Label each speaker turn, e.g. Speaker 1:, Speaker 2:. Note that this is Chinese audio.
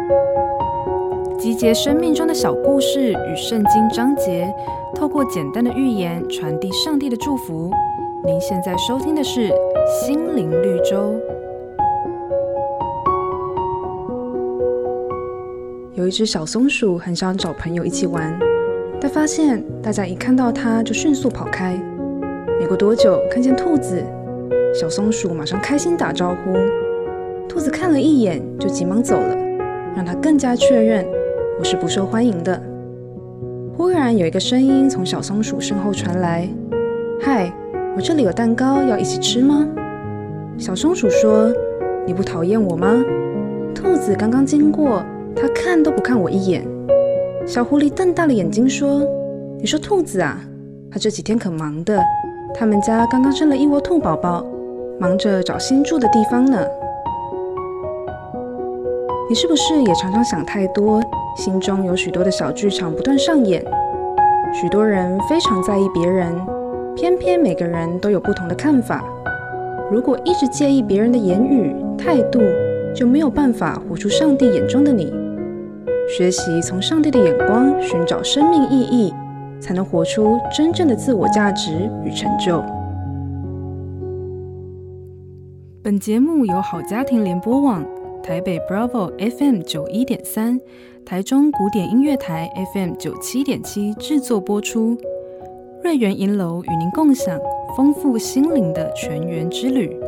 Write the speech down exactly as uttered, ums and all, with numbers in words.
Speaker 1: 集结生命中的小故事与圣经章节，透过简单的寓言传递上帝的祝福。您现在收听的是心灵绿洲。有一只小松鼠很想找朋友一起玩，但发现大家一看到它就迅速跑开。没过多久，看见兔子，小松鼠马上开心打招呼。兔子看了一眼就急忙走了，让它更加确认我是不受欢迎的。忽然有一个声音从小松鼠身后传来：嗨，我这里有蛋糕，要一起吃吗？小松鼠说：你不讨厌我吗？兔子刚刚经过，它看都不看我一眼。小狐狸瞪大了眼睛说：你说兔子啊，它这几天可忙的，他们家刚刚生了一窝兔宝宝，忙着找新住的地方呢。你是不是也常常想太多，心中有许多的小剧场不断上演？许多人非常在意别人，偏偏每个人都有不同的看法。如果一直介意别人的言语态度，就没有办法活出上帝眼中的你。学习从上帝的眼光寻找生命意义，才能活出真正的自我价值与成就。本节目由好家庭联播网、台北 Bravo F M 九一点三、台中古典音乐台 F M 九七点七制作播出。瑞园银楼与您共享丰富心灵的全员之旅。